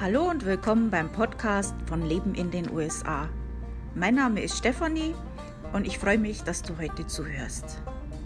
Hallo und willkommen beim Podcast von Leben in den USA. Mein Name ist Stefanie und ich freue mich, dass du heute zuhörst.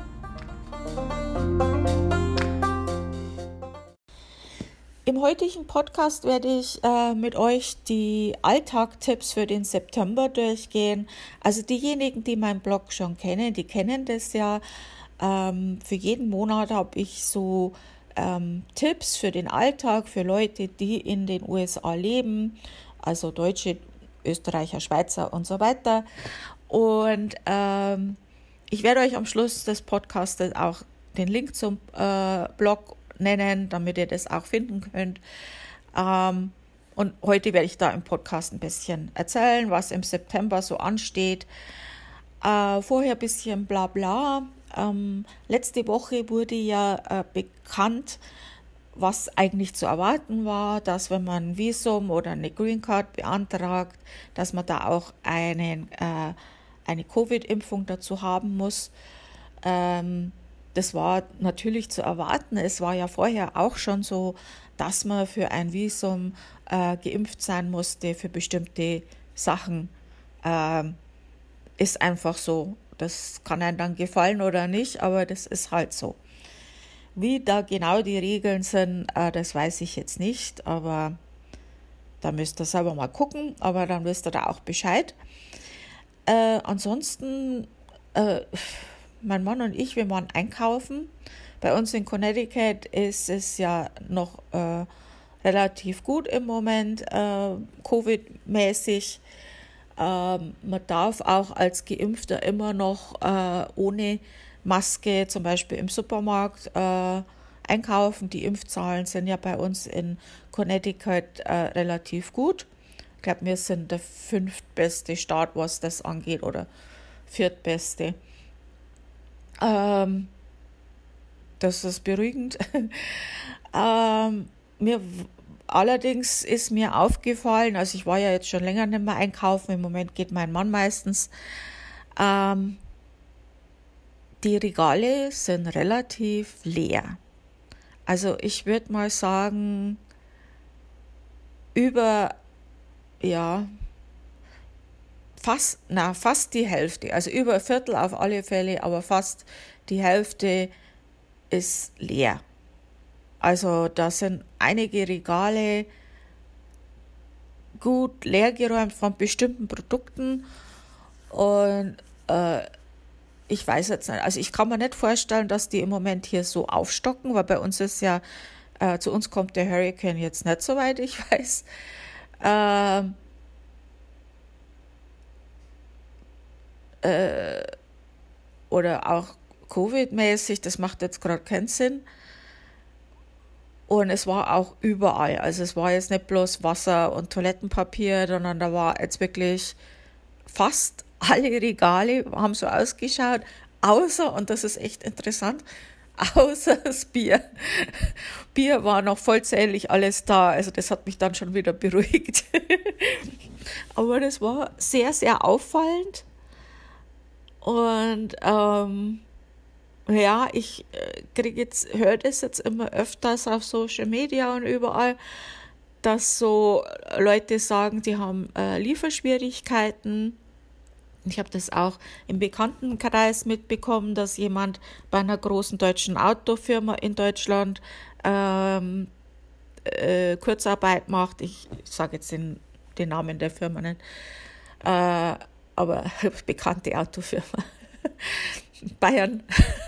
Im heutigen Podcast werde ich mit euch die Alltagstipps für den September durchgehen. Also diejenigen, die meinen Blog schon kennen, die kennen das ja. Für jeden Monat habe ich so Tipps für den Alltag, für Leute, die in den USA leben, also Deutsche, Österreicher, Schweizer und so weiter. Und ich werde euch am Schluss des Podcasts auch den Link zum Blog nennen, damit ihr das auch finden könnt. Und heute werde ich da im Podcast ein bisschen erzählen, was im September so ansteht. Vorher ein bisschen Blabla. Letzte Woche wurde ja bekannt, was eigentlich zu erwarten war, dass wenn man ein Visum oder eine Green Card beantragt, dass man da auch eine Covid-Impfung dazu haben muss. Das war natürlich zu erwarten. Es war ja vorher auch schon so, dass man für ein Visum geimpft sein musste für bestimmte Sachen. Ist einfach so. Das kann einem dann gefallen oder nicht, aber das ist halt so. Wie da genau die Regeln sind, das weiß ich jetzt nicht, aber da müsst ihr selber mal gucken, aber dann wisst ihr da auch Bescheid. Ansonsten, mein Mann und ich, wir waren einkaufen. Bei uns in Connecticut ist es ja noch relativ gut im Moment, Covid-mäßig. Man darf auch als Geimpfter immer noch ohne Maske zum Beispiel im Supermarkt einkaufen. Die Impfzahlen sind ja bei uns in Connecticut relativ gut. Ich glaube, wir sind der 5. beste Staat, was das angeht, oder 4. beste. Das ist beruhigend. Allerdings ist mir aufgefallen, also ich war ja jetzt schon länger nicht mehr einkaufen, im Moment geht mein Mann meistens, die Regale sind relativ leer. Also ich würde mal sagen, fast die Hälfte, also über ein Viertel auf alle Fälle, aber fast die Hälfte ist leer. Also da sind einige Regale gut leergeräumt von bestimmten Produkten und ich weiß jetzt nicht, also ich kann mir nicht vorstellen, dass die im Moment hier so aufstocken, weil bei uns ist ja, zu uns kommt der Hurricane jetzt nicht, soweit ich weiß. Oder auch Covid-mäßig, das macht jetzt gerade keinen Sinn. Und es war auch überall, also es war jetzt nicht bloß Wasser und Toilettenpapier, sondern da war jetzt wirklich fast alle Regale haben so ausgeschaut, außer, und das ist echt interessant, außer das Bier. Bier war noch vollzählig alles da, also das hat mich dann schon wieder beruhigt. Aber das war sehr, sehr auffallend. Und ja, ich höre das jetzt immer öfters auf Social Media und überall, dass so Leute sagen, die haben Lieferschwierigkeiten. Ich habe das auch im Bekanntenkreis mitbekommen, dass jemand bei einer großen deutschen Autofirma in Deutschland Kurzarbeit macht. Ich sage jetzt den Namen der Firma nicht, aber bekannte Autofirma. Bayern.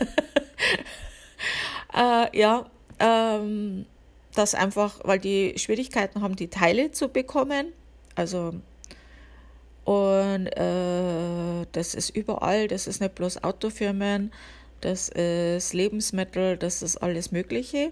Das einfach, weil die Schwierigkeiten haben, die Teile zu bekommen. Also, und das ist überall, das ist nicht bloß Autofirmen, das ist Lebensmittel, das ist alles Mögliche.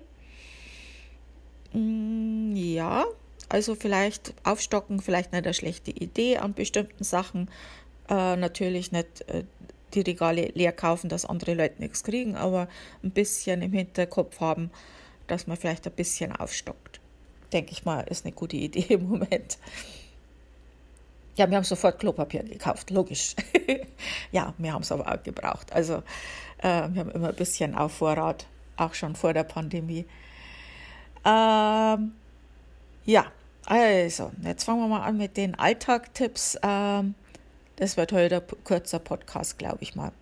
Ja, also vielleicht aufstocken, vielleicht nicht eine schlechte Idee an bestimmten Sachen. Natürlich nicht die Regale leer kaufen, dass andere Leute nichts kriegen, aber ein bisschen im Hinterkopf haben, dass man vielleicht ein bisschen aufstockt. Denke ich mal, ist eine gute Idee im Moment. Ja, wir haben sofort Klopapier gekauft, logisch. Ja, wir haben es aber auch gebraucht. Also wir haben immer ein bisschen auf Vorrat, auch schon vor der Pandemie. Ja, Also, jetzt fangen wir mal an mit den Alltagstipps. Das wird heute ein kurzer Podcast, glaube ich mal.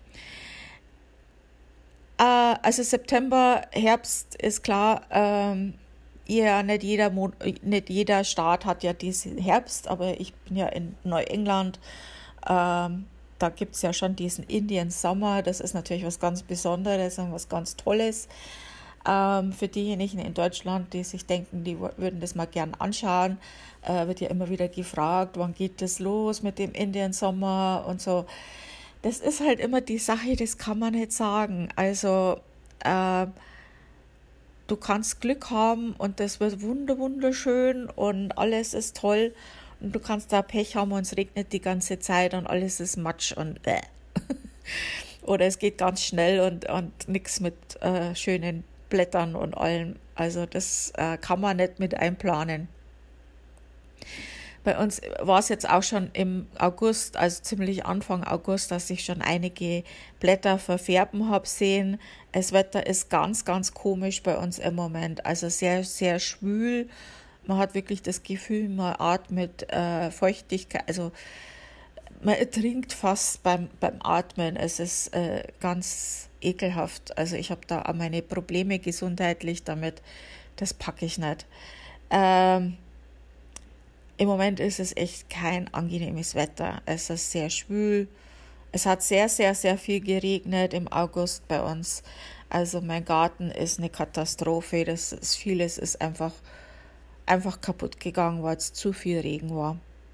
Also September, Herbst ist klar. Ja, nicht jeder Staat hat ja diesen Herbst, aber ich bin ja in Neuengland. Da gibt es ja schon diesen Indian Summer. Das ist natürlich was ganz Besonderes und was ganz Tolles. Für diejenigen in Deutschland, die sich denken, die würden das mal gern anschauen, wird ja immer wieder gefragt, wann geht das los mit dem Indian Summer und so. Das ist halt immer die Sache, das kann man nicht sagen. Also äh, du kannst Glück haben und das wird wunderschön und alles ist toll. Und du kannst da Pech haben und es regnet die ganze Zeit und alles ist Matsch und oder es geht ganz schnell und nichts mit schönen Blättern und allem. Also das kann man nicht mit einplanen. Bei uns war es jetzt auch schon im August, also ziemlich Anfang August, dass ich schon einige Blätter verfärben habe sehen. Das Wetter ist ganz komisch bei uns im Moment. Also sehr schwül. Man hat wirklich das Gefühl, man atmet Feuchtigkeit, also man ertrinkt fast beim Atmen. Es ist ganz ekelhaft. Also ich habe da auch meine Probleme gesundheitlich damit. Das packe ich nicht. Im Moment ist es echt kein angenehmes Wetter. Es ist sehr schwül. Es hat sehr viel geregnet im August bei uns. Also mein Garten ist eine Katastrophe. Vieles ist einfach kaputt gegangen, weil es zu viel Regen war.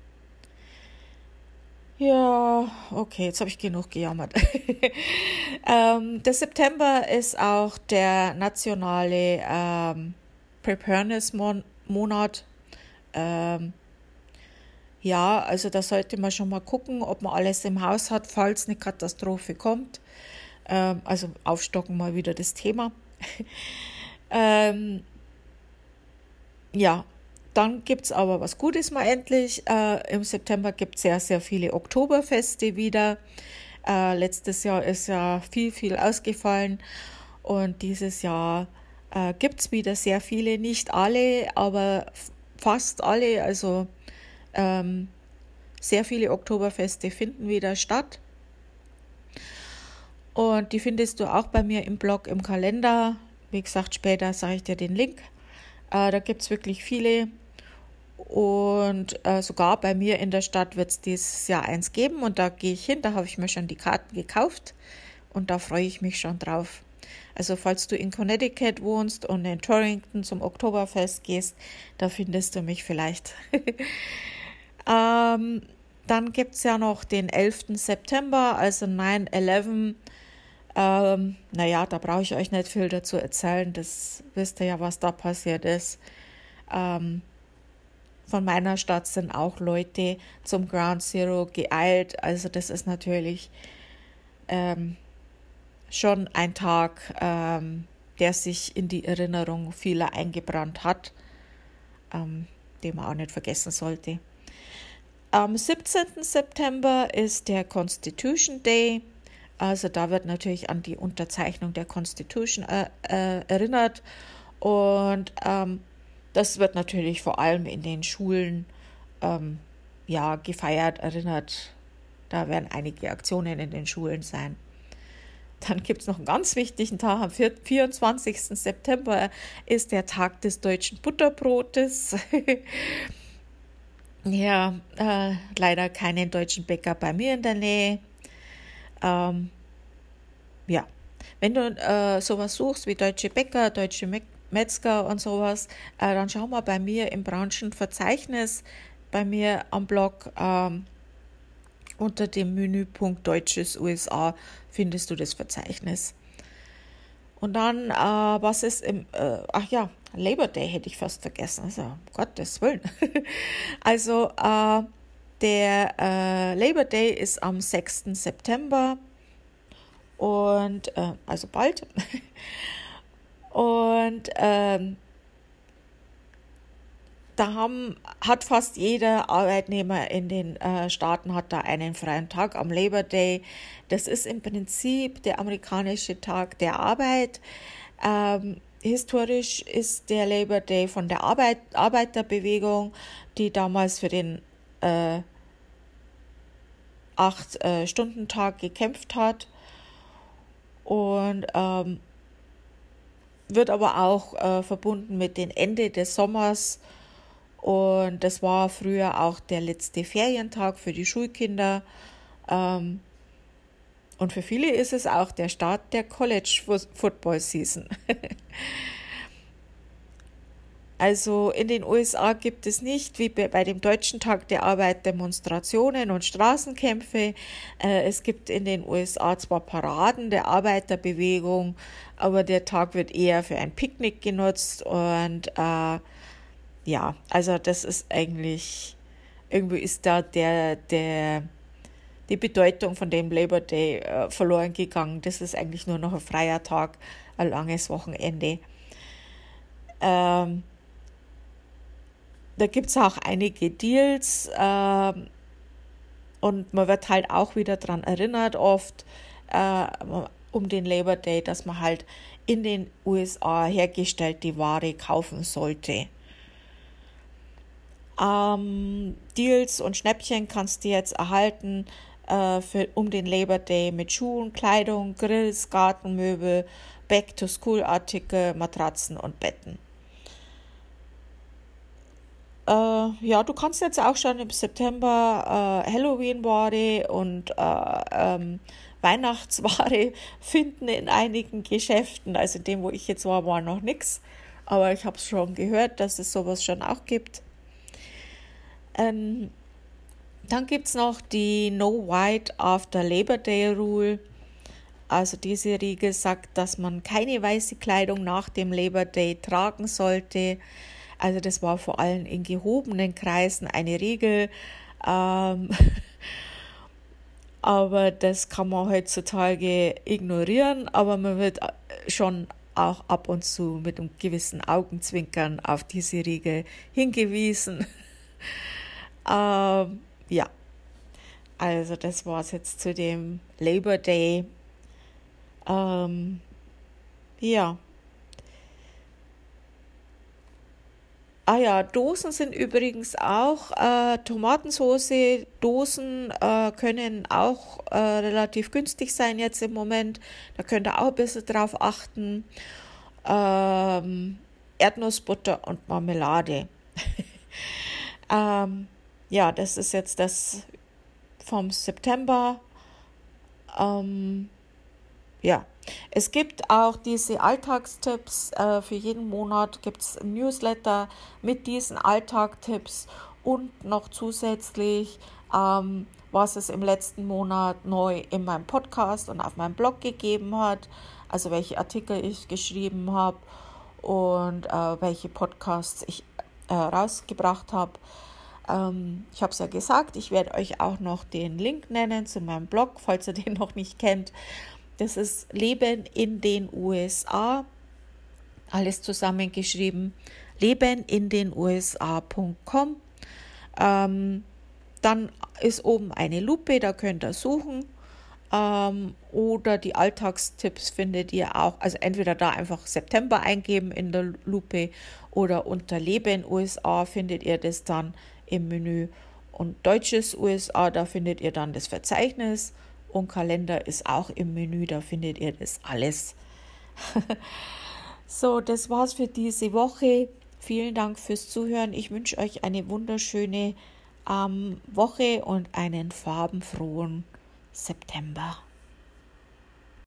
Ja, okay, jetzt habe ich genug gejammert. Der September ist auch der nationale Preparedness-Monat. Ähm, ja, also da sollte man schon mal gucken, ob man alles im Haus hat, falls eine Katastrophe kommt. Also aufstocken mal wieder das Thema. ähm, ja, dann gibt es aber was Gutes mal endlich. Im September gibt es sehr viele Oktoberfeste wieder. Letztes Jahr ist ja viel ausgefallen und dieses Jahr gibt es wieder sehr viele, nicht alle, aber fast alle. Also sehr viele Oktoberfeste finden wieder statt. Und die findest du auch bei mir im Blog, im Kalender. Wie gesagt, später sage ich dir den Link. Da gibt es wirklich viele. Und sogar bei mir in der Stadt wird es dieses Jahr eins geben. Und da gehe ich hin, da habe ich mir schon die Karten gekauft. Und da freue ich mich schon drauf. Also falls du in Connecticut wohnst und in Torrington zum Oktoberfest gehst, da findest du mich vielleicht. Dann gibt es ja noch den 11. September, also 9/11. Naja, da brauche ich euch nicht viel dazu erzählen. Das wisst ihr ja, was da passiert ist. Ähm, von meiner Stadt sind auch Leute zum Ground Zero geeilt. Also das ist natürlich schon ein Tag, der sich in die Erinnerung vieler eingebrannt hat, den man auch nicht vergessen sollte. Am 17. September ist der Constitution Day. Also da wird natürlich an die Unterzeichnung der Constitution erinnert. Und das wird natürlich vor allem in den Schulen gefeiert, erinnert. Da werden einige Aktionen in den Schulen sein. Dann gibt es noch einen ganz wichtigen Tag. Am 24. September ist der Tag des deutschen Butterbrotes. Ja, leider keinen deutschen Bäcker bei mir in der Nähe. Ja, wenn du sowas suchst wie deutsche Bäcker, deutsche Metzger und sowas, dann schau mal bei mir im Branchenverzeichnis, bei mir am Blog unter dem Menüpunkt Deutsches USA findest du das Verzeichnis. Und dann, was ist Labor Day hätte ich fast vergessen, also um Gottes Willen. Also der Labor Day ist am 6. September und also bald. Und hat fast jeder Arbeitnehmer in den Staaten hat da einen freien Tag am Labor Day. Das ist im Prinzip der amerikanische Tag der Arbeit. Historisch ist der Labor Day von der Arbeiterbewegung, die damals für den 8-Stunden-Tag gekämpft hat, und wird aber auch verbunden mit dem Ende des Sommers, und das war früher auch der letzte Ferientag für die Schulkinder, und für viele ist es auch der Start der College Football Season. Also in den USA gibt es nicht wie bei dem Deutschen Tag der Arbeit Demonstrationen und Straßenkämpfe. Es gibt in den USA zwar Paraden der Arbeiterbewegung, aber der Tag wird eher für ein Picknick genutzt, und ja, also das ist eigentlich, irgendwie ist da die Bedeutung von dem Labor Day verloren gegangen. Das ist eigentlich nur noch ein freier Tag, ein langes Wochenende. Da gibt es auch einige Deals, und man wird halt auch wieder daran erinnert oft, um den Labor Day, dass man halt in den USA hergestellte Ware kaufen sollte. Deals und Schnäppchen kannst du jetzt erhalten um den Labor Day mit Schuhen, Kleidung, Grills, Gartenmöbel, Back-to-School-Artikel, Matratzen und Betten. Ja, du kannst jetzt auch schon im September Halloween-Ware und Weihnachtsware finden in einigen Geschäften. Also in dem, wo ich jetzt war noch nichts, aber ich habe es schon gehört, dass es sowas schon auch gibt. Dann gibt es noch die No White After Labor Day Rule. Also diese Regel sagt, dass man keine weiße Kleidung nach dem Labor Day tragen sollte. Also das war vor allem in gehobenen Kreisen eine Regel, aber das kann man heutzutage ignorieren, aber man wird schon auch ab und zu mit einem gewissen Augenzwinkern auf diese Regel hingewiesen. Ja, also das war es jetzt zu dem Labor Day. Ja. Ah ja, Dosen sind übrigens auch, Tomatensauce, Dosen können auch relativ günstig sein jetzt im Moment. Da könnt ihr auch ein bisschen drauf achten. Erdnussbutter und Marmelade. Ja, das ist jetzt das vom September. Ja, es gibt auch diese Alltagstipps. Für jeden Monat gibt es ein Newsletter mit diesen Alltagstipps und noch zusätzlich, was es im letzten Monat neu in meinem Podcast und auf meinem Blog gegeben hat. Also welche Artikel ich geschrieben habe und welche Podcasts ich rausgebracht habe. Ich habe es ja gesagt, ich werde euch auch noch den Link nennen zu meinem Blog, falls ihr den noch nicht kennt. Das ist Leben in den USA, alles zusammengeschrieben, lebenindenusa.com. Dann ist oben eine Lupe, da könnt ihr suchen, oder die Alltagstipps findet ihr auch, also entweder da einfach September eingeben in der Lupe oder unter Leben USA findet ihr das dann im Menü, und Deutsches USA, da findet ihr dann das Verzeichnis. Und Kalender ist auch im Menü, da findet ihr das alles. So, das war's für diese Woche. Vielen Dank fürs Zuhören. Ich wünsche euch eine wunderschöne Woche und einen farbenfrohen September.